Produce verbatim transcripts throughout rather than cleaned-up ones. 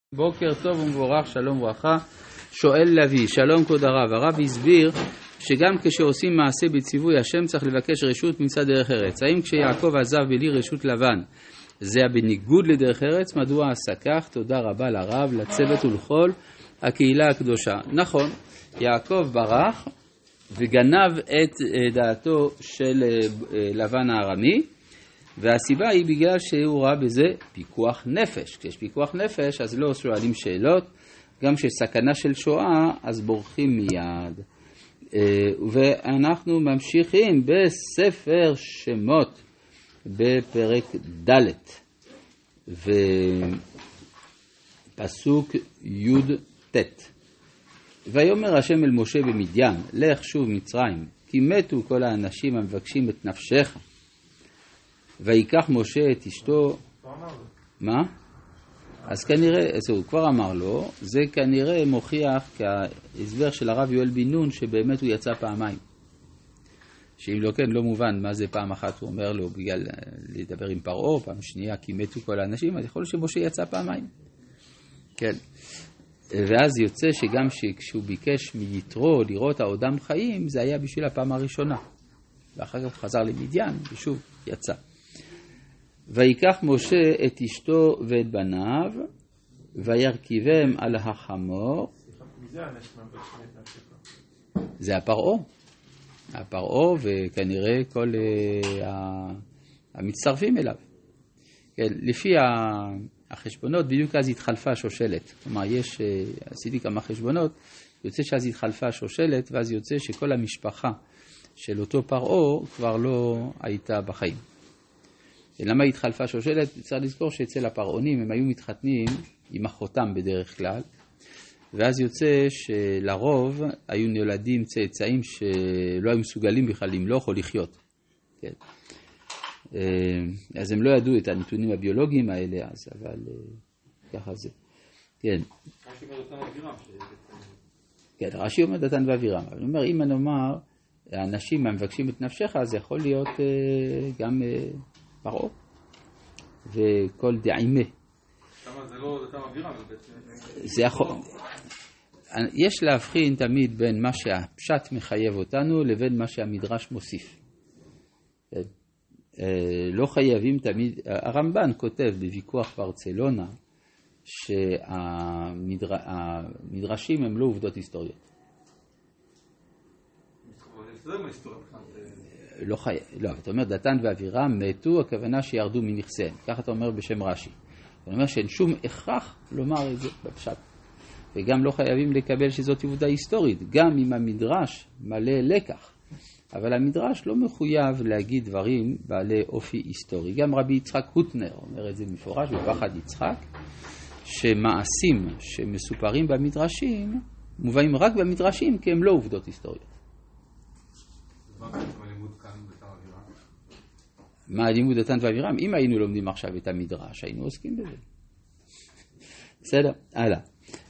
בוקר טוב ומבורך, שלום וברכה. שואל לוי, שלום כבוד הרב. הרב הסביר שגם כשעושים מעשה בציווי השם צריך לבקש רשות מצד דרך ארץ. האם כשיעקב עזב בלי רשות לבן זה היה בניגוד לדרך ארץ? מדוע עשה כך? תודה רבה לרב, לצוות ולכל הקהילה הקדושה. נכון, יעקב ברח וגנב את דעתו של לבן הארמי, והסיבה היא בגלל שהוא ראה בזה פיקוח נפש. כשיש פיקוח נפש אז לא שואלים שאלות, גם כשסכנה של שואה אז בורחים מיד. ואנחנו ממשיכים בספר שמות בפרק ד' ופסוק י' ט'. ויאמר השם אל משה במדיין, לך שוב מצרים, כי מתו כל האנשים המבקשים את נפשך. ויקח משה את אשתו. מה? אז כנראה, אז הוא כבר אמר לו, זה כנראה מוכיח כהסבר של הרב יואל בן נון שבאמת הוא יצא פעמיים. שאם לא כן, לא מובן מה זה פעם אחת, הוא אומר לו בגלל לדבר עם פרעה, פעם שנייה כי מתו כל האנשים, אז יכול להיות שמשה יצא פעמיים. כן. ואז יוצא שגם כשהוא ביקש מיתרו לראות העודם חיים, זה היה בשביל הפעם הראשונה. ואחר כך חזר למדיין ושוב יצא. ויקח משה את אשתו ואת בניו, וירכיבם על החמור. זה הפרעה. הפרעה וכנראה כל המצטרפים אליו. כן, לפי החשבונות, בדיוק אז התחלפה השושלת. כלומר, יש, עשיתי כמה חשבונות, יוצא שאז התחלפה השושלת, ואז יוצא שכל המשפחה של אותו פרעה כבר לא הייתה בחיים. למה התחלפה שושלת? צריך לזכור שאצל הפרעונים הם היו מתחתנים עם אחותם בדרך כלל, ואז יוצא שלרוב היו נולדים צאצאים שלא היו מסוגלים בכלל למלוך או לחיות. כן. אז הם לא ידעו את הנתונים הביולוגיים האלה, אז אבל ככה זה. כן. רש"י אומר דתן ואבירם. כן, רש"י אומר דתן ואבירם. אבל אני אומר, אם אני אומר, האנשים המבקשים את נפשך, אז יכול להיות גם פרעה וכל דעימה. כמה זה לא דתן ואבירם, זה בעצם... זה יכול... יש להבחין תמיד בין מה שהפשט מחייב אותנו לבין מה שהמדרש מוסיף. לא חייבים תמיד... הרמב"ן כותב בוויכוח ברצלונה שהמדרשים הם לא עובדות היסטוריות. זה מה היסטוריה? לא חייב, לא, אתה אומר דתן ואבירם מתו, הכוונה שירדו מנכסיהם. ככה אתה אומר בשם רש"י. אתה אומר שאין שום הכרח לומר את זה בפשט. וגם לא חייבים לקבל שזאת עובדה היסטורית, גם אם המדרש מלא לקח. אבל המדרש לא מחויב להגיד דברים בעלי אופי היסטורי. גם רבי יצחק הוטנר אומר את זה מפורש בפחד יצחק, שמעשים שמסופרים במדרשים, מובאים רק במדרשים כי הם לא עובדות היסטוריות. מה הלימוד דתן ואבירם? אם היינו לומדים עכשיו את המדרש, היינו עוסקים בזה. בסדר, הלאה.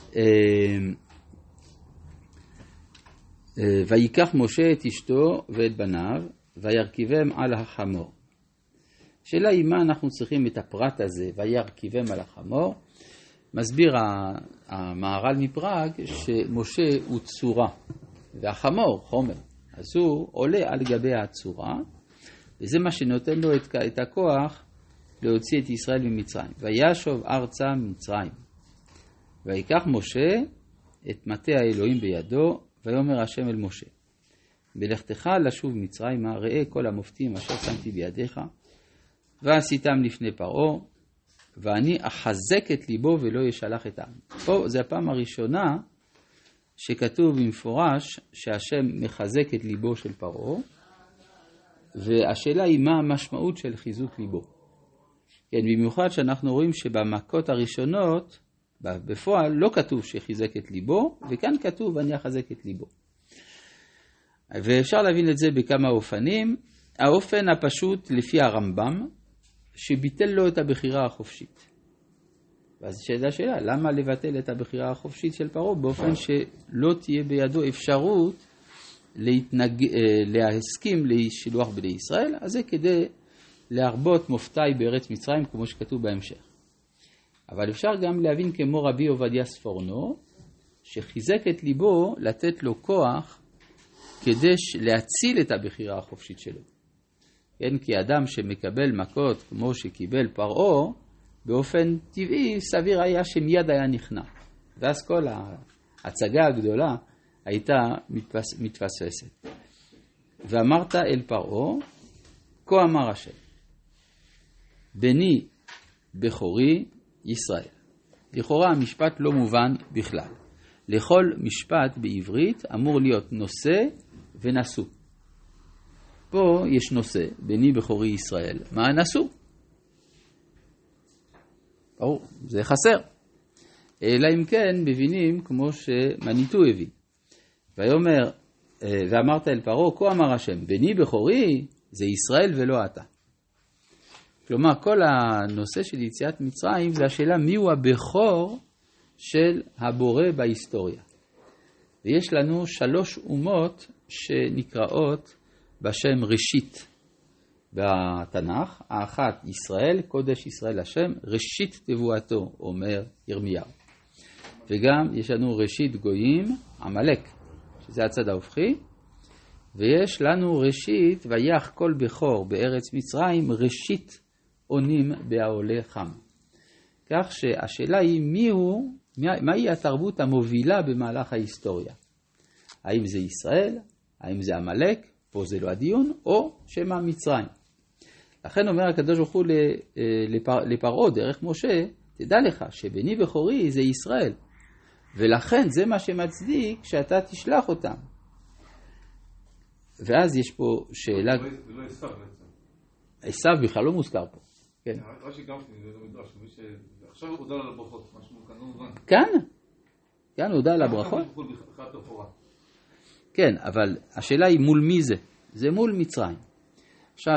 ויקח משה את אשתו ואת בניו, וירכיבם על החמור. שאלה היא מה אנחנו צריכים את הפרט הזה, וירכיבם על החמור. מסביר המהר"ל מפראג שמשה הוא צורה, והחמור חומר. אז הוא עולה על גבי הצורה, וזה מה שנותן לו את, את הכוח להוציא את ישראל ממצרים. וישוב ארצה מצרים. ויקח משה את מטה האלוהים בידו, ויאמר השם אל משה, בלכתך לשוב מצרימה, ראה כל המופתים אשר שמתי בידיך, ועשיתם לפני פרעה, ואני אחזק את ליבו ולא ישלח את העם. פה זה הפעם הראשונה שכתוב במפורש שהשם מחזק את ליבו של פרעה, והשאלה היא מה המשמעות של חיזוק ליבו. כן, במיוחד שאנחנו רואים שבמכות הראשונות, בפועל לא כתוב שחיזק את ליבו, וכאן כתוב אני אחזק את ליבו. ואפשר להבין את זה בכמה אופנים. האופן הפשוט לפי הרמב"ם, שביטל לו את הבחירה החופשית. ואז שאלה שאלה, למה לבטל את הבחירה החופשית של פרעה באופן שלא תהיה בידו אפשרות להתנג... להסכים לשילוח בני ישראל? אז זה כדי להרבות מופתי בארץ מצרים כמו שכתוב בהמשך. אבל אפשר גם להבין כמו רבי עובדיה ספורנו, שחיזק את ליבו לתת לו כוח כדי להציל את הבחירה החופשית שלו. כן, כי אדם שמקבל מכות כמו שקיבל פרעה, באופן טבעי סביר היה שמיד היה נכנע. ואז כל ההצגה הגדולה הייתה מתפס, מתפספסת. ואמרת אל פרעה, כה אמר השם, בני בכורי ישראל. לכאורה המשפט לא מובן בכלל. לכל משפט בעברית אמור להיות נושא ונשוא. פה יש נושא, בני בכורי ישראל. מה נשוא? ברור, זה חסר. אלא אם כן מבינים כמו שמניטו הביא. ויאמר, ואמרת אל פרעה, כה אמר השם, בני בכורי זה ישראל ולא אתה. כלומר, כל הנושא של יציאת מצרים זה השאלה מיהו הבכור של הבורא בהיסטוריה. ויש לנו שלוש אומות שנקראות בשם ראשית בתנ"ך. האחת ישראל, קודש ישראל השם, ראשית תבואתו, אומר ירמיהו. וגם יש לנו ראשית גויים, עמלק, שזה הצד ההופכי. ויש לנו ראשית ויח כל בכור בארץ מצרים, ראשית עונים בעולה חם. כך שהשאלה היא מיהו, מהי התרבות המובילה במהלך ההיסטוריה. האם זה ישראל, האם זה עמלק, פה זה לא הדיון, או שמה מצרים. לכן אומר הקדוש ברוך הוא לפרעה דרך משה, תדע לך שבני בכורי זה ישראל. ולכן זה מה שמצדיק שאתה תשלח אותם. ואז יש פה שאלה... זה לא עשיו בעצם. עשיו בכלל לא מוזכר פה. כן. רש"י גם כן, זה מדרש, מי שעכשיו הודע על הברכות, משהו כאן לא מובן. כאן? כאן הודע על הברכות? כן, אבל השאלה היא מול מי זה? זה מול מצרים. עכשיו,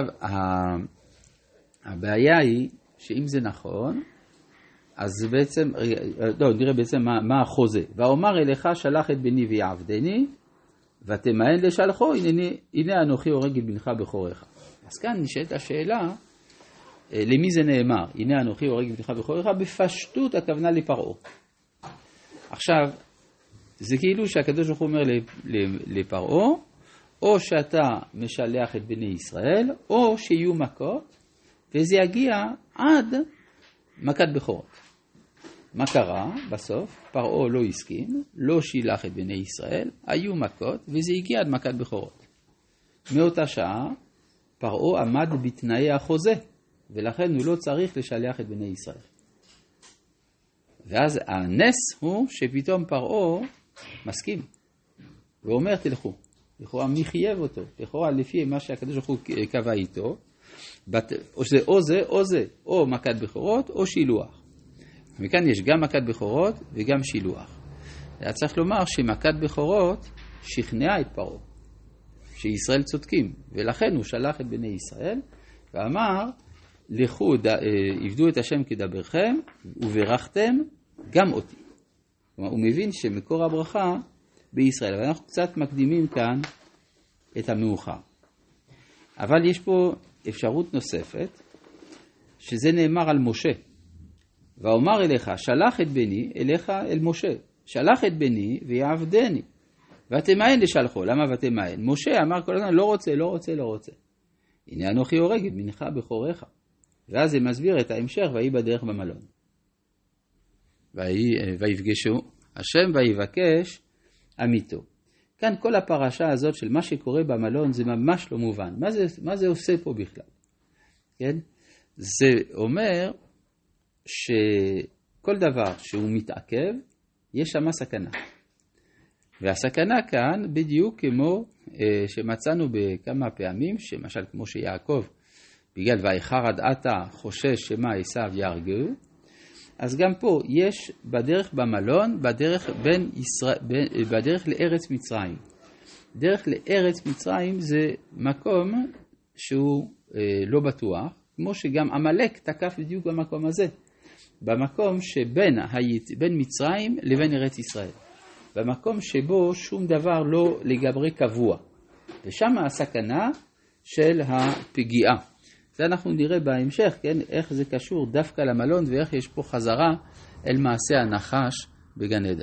הבעיה היא שאם זה נכון, אז בעצם, לא, נראה בעצם מה, מה החוזה. ואומר אליך שלח את בני ויעבדני, ותמאן לשלחו, הנה, הנה אנוכי הורג את בנך בכורך. אז כאן נשאלת השאלה, למי זה נאמר? הנה אנוכי הורג את בנך בכורך, בפשטות הכוונה לפרעה. עכשיו, זה כאילו שהקדוש ברוך הוא אומר לפרעה, או שאתה משלח את בני ישראל, או שיהיו מכות, וזה יגיע עד מכת בכורות. מה קרה בסוף? פרעה לא הסכים, לא שילח את בני ישראל, היו מכות, וזה הגיע עד מכת בכורות. מאותה שעה, פרעה עמד בתנאי החוזה, ולכן הוא לא צריך לשלח את בני ישראל. ואז הנס הוא שפתאום פרעה מסכים, ואומר תלכו. לכאורה מי חייב אותו? לכאורה לפי מה שהקדוש ברוך הוא קבע איתו, או שזה או זה או זה, או מכת בכורות או שילוח. מכאן יש גם מכת בכורות וגם שילוח. צריך לומר שמכת בכורות שכנעה את פרעה, שישראל צודקים, ולכן הוא שלח את בני ישראל, ואמר, לכו, עבדו את השם כדברכם, וברכתם גם אותי. כלומר, הוא מבין שמקור הברכה בישראל, ואנחנו קצת מקדימים כאן את המאוחר. אבל יש פה אפשרות נוספת, שזה נאמר על משה. ואומר אליך, שלח את בני אליך אל משה. שלח את בני ויעבדני. ותמאן לשלחו. למה ותמאן? משה אמר כל הזמן, לא רוצה, לא רוצה, לא רוצה. הנה אנוכי הורג את בנך בכורך. ואז זה מסביר את ההמשך, ויהי בדרך במלון. ויפגשו השם ויבקש עמיתו. כאן כל הפרשה הזאת של מה שקורה במלון זה ממש לא מובן. מה זה, מה זה עושה פה בכלל? כן? זה אומר שכל דבר שהוא מתעכב, יש שם סכנה. והסכנה כאן בדיוק כמו אה, שמצאנו בכמה פעמים, שמשל כמו שיעקב, בגלל ואיחר עד עתה חושש שמה עשיו יהרגו, אז גם פה יש בדרך במלון, בדרך, בין ישראל, בדרך לארץ מצרים. דרך לארץ מצרים זה מקום שהוא אה, לא בטוח, כמו שגם עמלק תקף בדיוק במקום הזה. במקום שבין היית, בין מצרים לבין ארץ ישראל. במקום שבו שום דבר לא לגמרי קבוע. ושם הסכנה של הפגיעה. זה אנחנו נראה בהמשך, כן? איך זה קשור דווקא למלון ואיך יש פה חזרה אל מעשה הנחש בגן עדן.